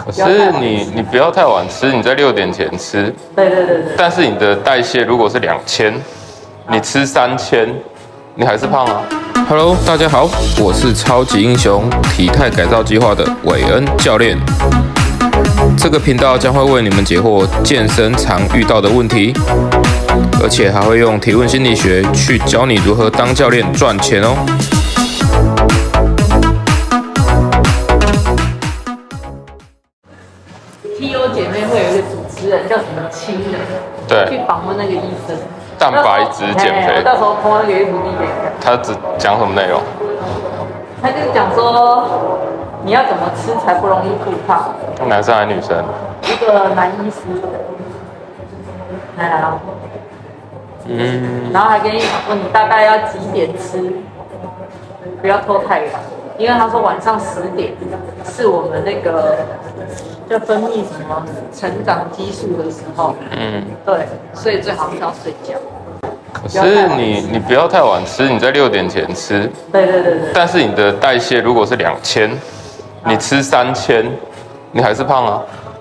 可是你不要太晚吃，你在6点前吃。 对。 但是你的代谢如果是2000，你吃3000，你还是胖啊。Hello， 大家好，我是超级英雄体态改造计划的韦恩教练。这个频道将会为你们解惑健身常遇到的问题，而且还会用提问心理学去教你如何当教练赚钱哦。 TO 姐妹会有一个主持人叫什么亲的， 对， 去访问那个医生， 蛋白质减肥。 我到时候抛那个 FB 给你看。 他只讲什么内容？ 他就是讲说你要怎么吃才不容易复胖。 男生还是女生？ 一个男医师，然后还跟你讲说你大概要几点吃，不要拖太晚，因为他说晚上10点是我们那个就分泌什么成长激素的时候，对，所以最好是要睡觉。 可是你不要太晚吃，你在6点前吃。 对。 但是你的代谢如果是2000，你吃3000，你还是胖啊。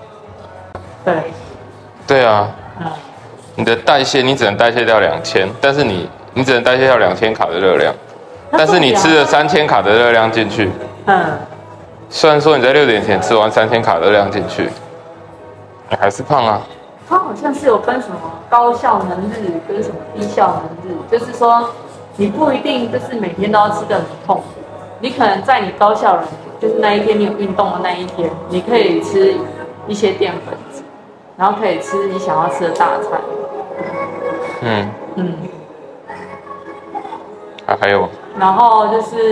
对啊。你的代谢你只能代谢掉2000，但是你只能代谢掉2000卡的热量，但是你吃了3000卡的热量进去。虽然说你在6点前吃完3000卡的热量进去，你还是胖啊。 它好像是有分什么高效能日跟什么低效能日，就是说你不一定就是每天都要吃得很痛，你可能在你高效能就是那一天你有运动的那一天，你可以吃一些淀粉质，然后可以吃你想要吃的大餐。 还有， 然后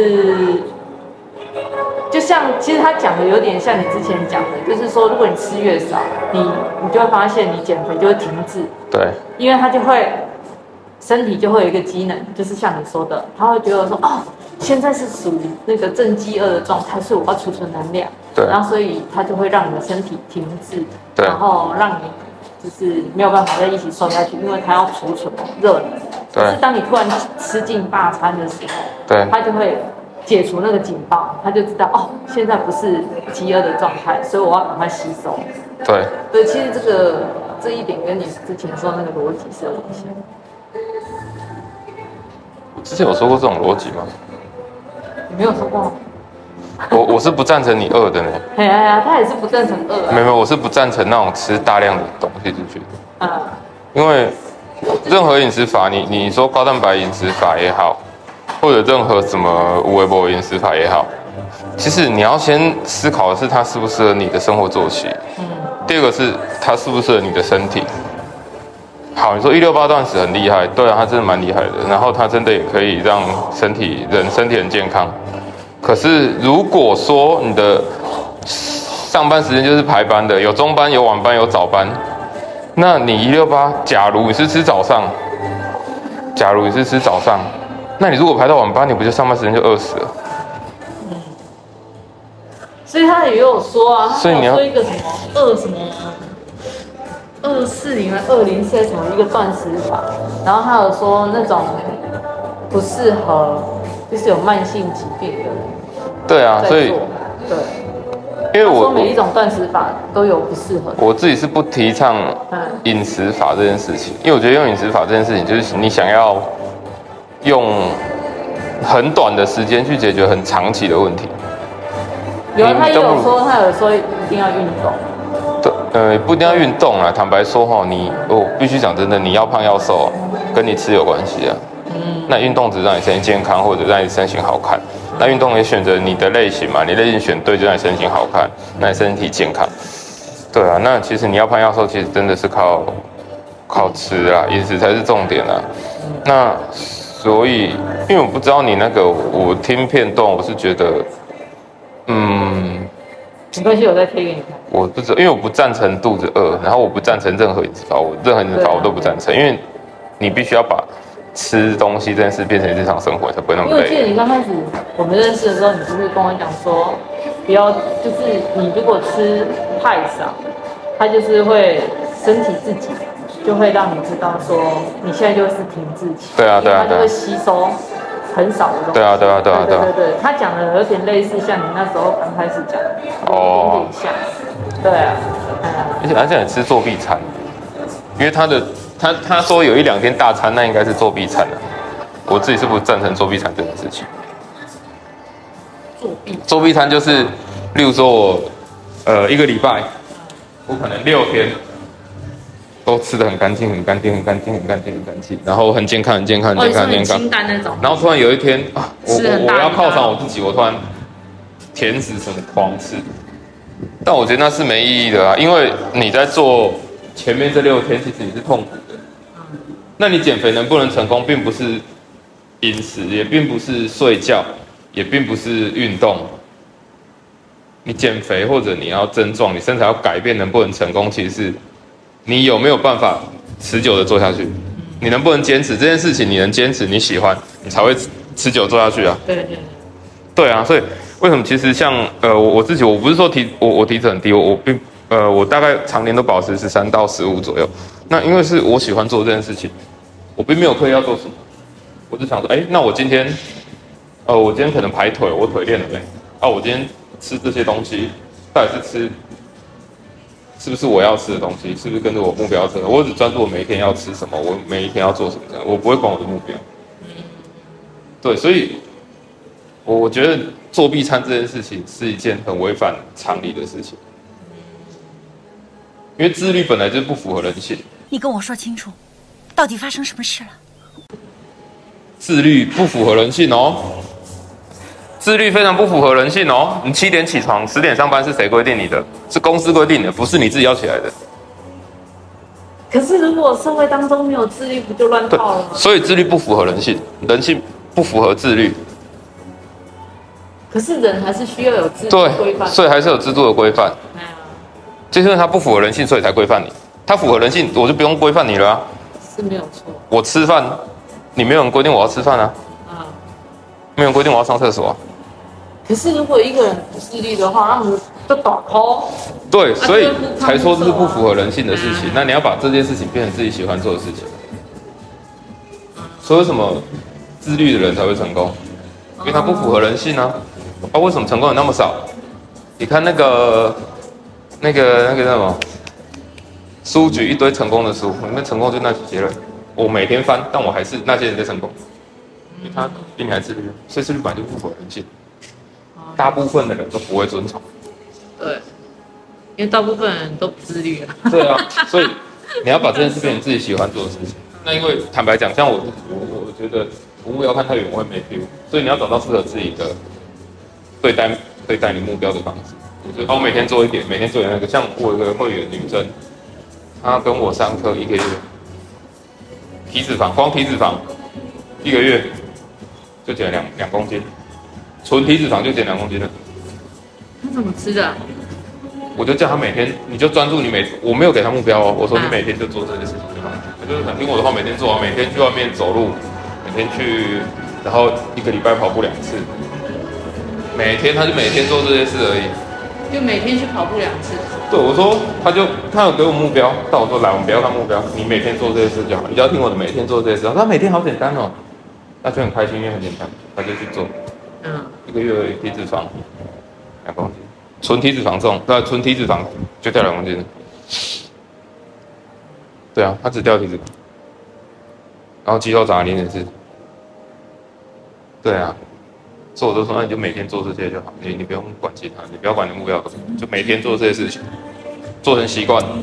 就像其实他讲的有点像你之前讲的，就是说如果你吃越少，你就会发现你减肥就会停滞。对，因为他就会身体就会有一个机能，就是像你说的，他会觉得说现在是属于那个正饥饿的状态，所以我要储存能量。对，然后所以他就会让你的身体停滞，然后让你就是没有办法在一起瘦下去，因为它要储存热能。可是当你突然吃进大餐的时候，它就会解除那个警报，他就知道现在不是饥饿的状态，所以我要赶快吸收。对，其实这一点跟你之前说的那个逻辑是有点像。 我之前有说过这种逻辑吗？ 你没有说过。 我是不赞成你饿的呢。 他也是不赞成饿。 没有，我是不赞成那种吃大量的东西进去的。因为任何饮食法，你说高蛋白饮食法也好，或者任何什么无微波饮食法也好，其实你要先思考的是它适不适合你的生活作息。第二个是它适不适合你的身体。好，你说168断食很厉害，对啊，它真的蛮厉害的，然后它真的也可以让身体很健康。可是如果说你的上班时间就是排班的，有中班、有晚班、有早班，那你168，假如你是吃早上，那你如果排到晚班，你不就上班时间就饿死了？ 所以他也有说啊， 所以你要说一个什么240还204什么一个断食法，然后他有说那种不适合就是有慢性疾病的人。 对啊，所以因为我每一种断食法都有不适合的。 我自己是不提倡饮食法这件事情，因为我觉得用饮食法这件事情，就是你想要用很短的时间去解决很长期的问题。 他有说一定要运动。 对，不一定要运动啦。坦白说我必须讲真的，你要胖要瘦，跟你吃有关系啊。那运动只让你身体健康，或者让你身形好看。那运动也选择你的类型嘛，你类型选对，就让你身形好看，让你身体健康。对啊，那其实你要胖要瘦，其实真的是靠吃啊，饮食才是重点啊。那所以，因为我不知道你那个，我听片段，我是觉得， 没关系，我再贴给你看。 我不知道，因为我不赞成肚子饿，然后我不赞成任何饮食法，任何饮食法我都不赞成，因为你必须要把吃东西这件事变成日常生活，才不会那么累。 因为我记得你刚开始我们认识的时候，你不是跟我讲说，不要就是你如果吃太少，它就是会身体自己就会让你知道说你现在就是停滞期。对啊，它就会吸收很少的东西。对，他讲的有点类似像你那时候刚开始讲的，有点像。 对啊， 而且他现在吃作弊餐，因为他说有1-2天大餐，那应该是作弊餐啊。我自己是不赞成作弊餐这件事情。作弊餐就是，例如说我1个礼拜，我可能6天都吃得很干净，然后很健康，清淡那种。 然后突然有一天啊，我要犒赏我自己，我突然甜食什么狂吃，但我觉得那是没意义的啊，因为你在做前面这6天，其实你是痛苦的。那你减肥能不能成功，并不是饮食，也并不是睡觉，也并不是运动。你减肥或者你要增壮，你身材要改变，能不能成功，其实是你有没有办法持久的做下去，你能不能坚持这件事情，你能坚持，你喜欢，你才会持久做下去啊。对啊，所以为什么其实像我自己，我不是说我体脂很低，我大概常年都保持13到15左右。那因为是我喜欢做这件事情，我并没有刻意要做什么，我就想说，那我今天可能排腿，我腿练了没？我今天吃这些东西，到底是不是我要吃的东西？是不是跟着我目标吃的？我只专注我每一天要吃什么，我每一天要做什么这样，我不会管我的目标。对，所以我觉得作弊餐这件事情是一件很违反常理的事情，因为自律本来就不符合人性。 你跟我说清楚，到底发生什么事了？ 自律不符合人性哦。自律非常不符合人性哦！你7点起床，10点上班是谁规定你的？是公司规定的，不是你自己要起来的。 可是如果社会当中没有自律，不就乱套了吗？ 所以自律不符合人性，人性不符合自律。 可是人还是需要有制度的规范， 所以还是有制度的规范。就是因为它不符合人性，所以才规范你。它符合人性，我就不用规范你了啊。 是没有错。我吃饭，你没有人规定我要吃饭啊。没有人规定我要上厕所啊。 可是如果一个人不自律的话，那我们就打 call。 对，所以才说这是不符合人性的事情。那你要把这件事情变成自己喜欢做的事情。所以为什么自律的人才会成功？因为他不符合人性啊。为什么成功人那么少？你看那个叫什么？书局一堆成功的书，里面成功就那几些人。我每天翻，但我还是那些人在成功。因为他比你还自律，所以自律本来就不符合人性。大部分的人都不会遵从。 对，因为大部分人都不自律啊。 对啊，所以你要把这件事变成自己喜欢做的事情。那因为坦白讲，像我觉得目标看太远，我会没 feel， 所以你要找到适合自己的对待你目标的方式。我每天做一点，那个。像我有个会员女生，她跟我上课1个月，体脂肪光体脂肪1个月就减了2公斤。纯体脂肪就减2公斤了。 他怎么吃的？ 我就叫他每天，你就专注我没有给他目标哦，我说你每天就做这些事情就好。他就是很听我的话，每天做完，每天去外面走路，每天去，然后1个礼拜跑步2次，他就每天做这些事而已。 就每天去跑步2次。 对，我说他有给我目标，但我说来，我们不要看目标，你每天做这些事就好，你只要听我的，每天做这些事。他每天好简单哦，那就很开心，因为很简单，他就去做。1个月体脂肪2公斤，纯体脂肪纯体脂肪就掉2公斤了。对啊，他只掉体脂肪，然后肌肉长了0.4。对啊，所以我都说，那你就每天做这些就好，你不用管其他，你不要管你的目标，就每天做这些事情，做成习惯，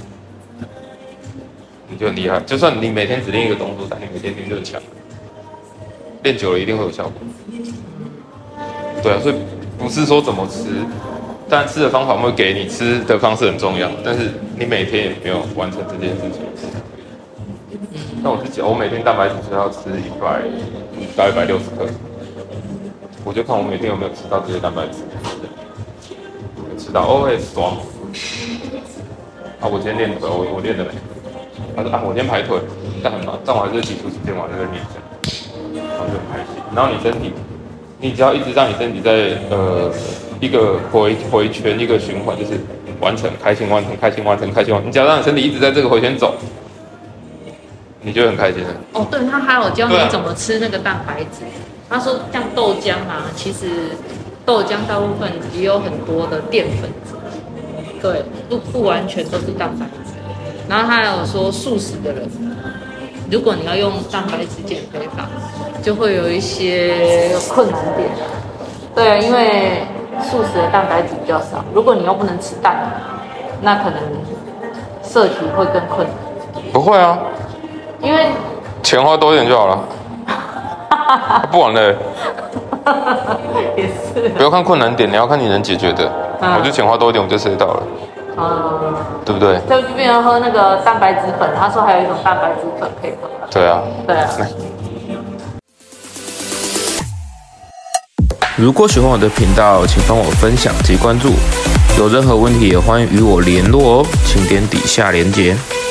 你就很厉害。就算你每天只练一个动作，但你每天练就很强，练久了一定会有效果。对啊，所以不是说怎么吃，但吃的方法会给你，吃的方式很重要，但是你每天也没有完成这件事情。那我自己，我每天蛋白质是要吃大概160克，我就看我每天有没有吃到这些蛋白质，吃到会爽。我今天练腿，我练的没？他说我今天排腿，但很忙，但我还是挤出时间，我还是练一下，然后就很开心。然后你身体。你只要一直让你身体在一个回圈一个循环，就是完成开心完成开心完成开心完成。你只要让你身体一直在这个回圈走，你就很开心了。 哦，对，他还有教你怎么吃那个蛋白质。他说像豆浆啊，其实豆浆大部分也有很多的淀粉质， 对，不完全都是蛋白质。然后他还有说，素食的人，如果你要用蛋白质减肥法，就会有一些困难点。对，因为素食的蛋白质比较少，如果你又不能吃蛋，那可能摄取会更困难。 不会啊， 因为钱花多一点就好了。不玩了。 也是。 不要看困难点，你要看你能解决的。我就钱花多一点，我就吃得到了。对不对？ 就变成喝那个蛋白质粉，他说还有一种蛋白质粉可以喝。 对啊。 对啊。 如果喜欢我的频道，请帮我分享及关注。有任何问题也欢迎与我联络哦，请点底下连结。